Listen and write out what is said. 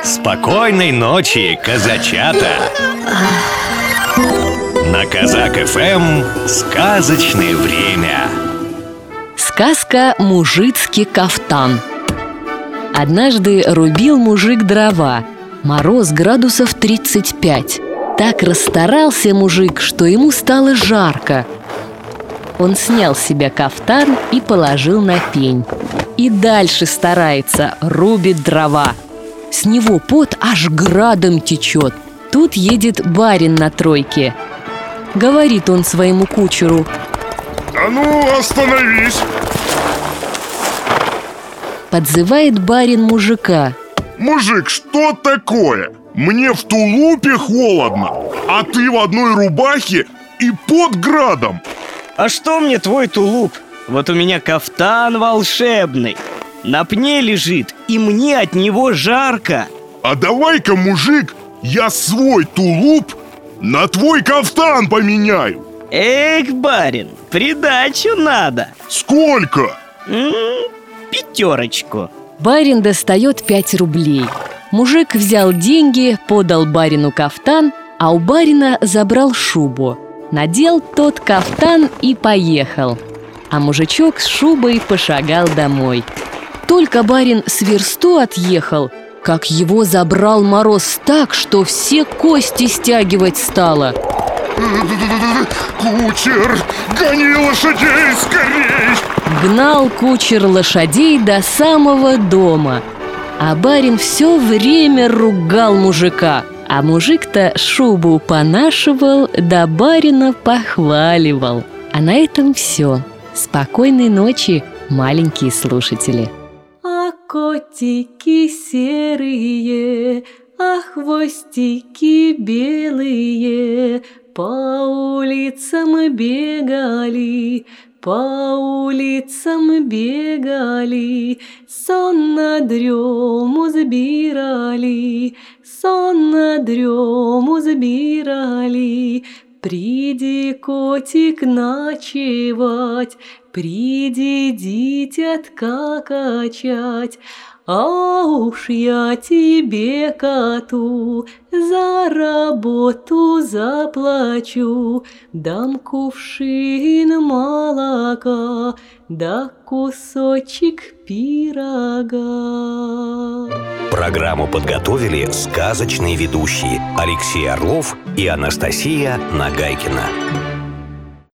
Спокойной ночи, казачата! На Казак ФМ сказочное время. Сказка «Мужицкий кафтан». Однажды рубил мужик дрова. Мороз градусов 35. Так расстарался мужик, что ему стало жарко. Он снял с себя кафтан и положил на пень. И дальше старается, рубит дрова. С него пот аж градом течет. Тут едет барин на тройке. Говорит он своему кучеру: «А ну, остановись!» Подзывает барин мужика. «Мужик, что такое? Мне в тулупе холодно, а ты в одной рубахе и под градом!» А что мне твой тулуп? Вот у меня кафтан волшебный. На пне лежит, и мне от него жарко. А давай-ка, мужик, я свой тулуп на твой кафтан поменяю. Эх, барин, придачу надо. Сколько? 5. Барин достает 5 рублей. Мужик взял деньги, подал барину кафтан, а у барина забрал шубу. Надел тот кафтан и поехал. А мужичок с шубой пошагал домой. Только барин с версту отъехал, как его забрал мороз так, что все кости стягивать стало. Кучер, гони лошадей скорей! Гнал кучер лошадей до самого дома. А барин все время ругал мужика. А мужик-то шубу понашивал, да барина похваливал. А на этом все. Спокойной ночи, маленькие слушатели. А котики серые, а хвостики белые по улицам бегали, по улицам бегали, сон на дрему забирали, сон на дрему забирали. Приди, котик, ночевать, приди, дитятка качать. А уж я тебе, коту, за работу заплачу. Дам кувшин молока, да кусочек пирога. Программу подготовили сказочные ведущие Алексей Орлов и Анастасия Нагайкина.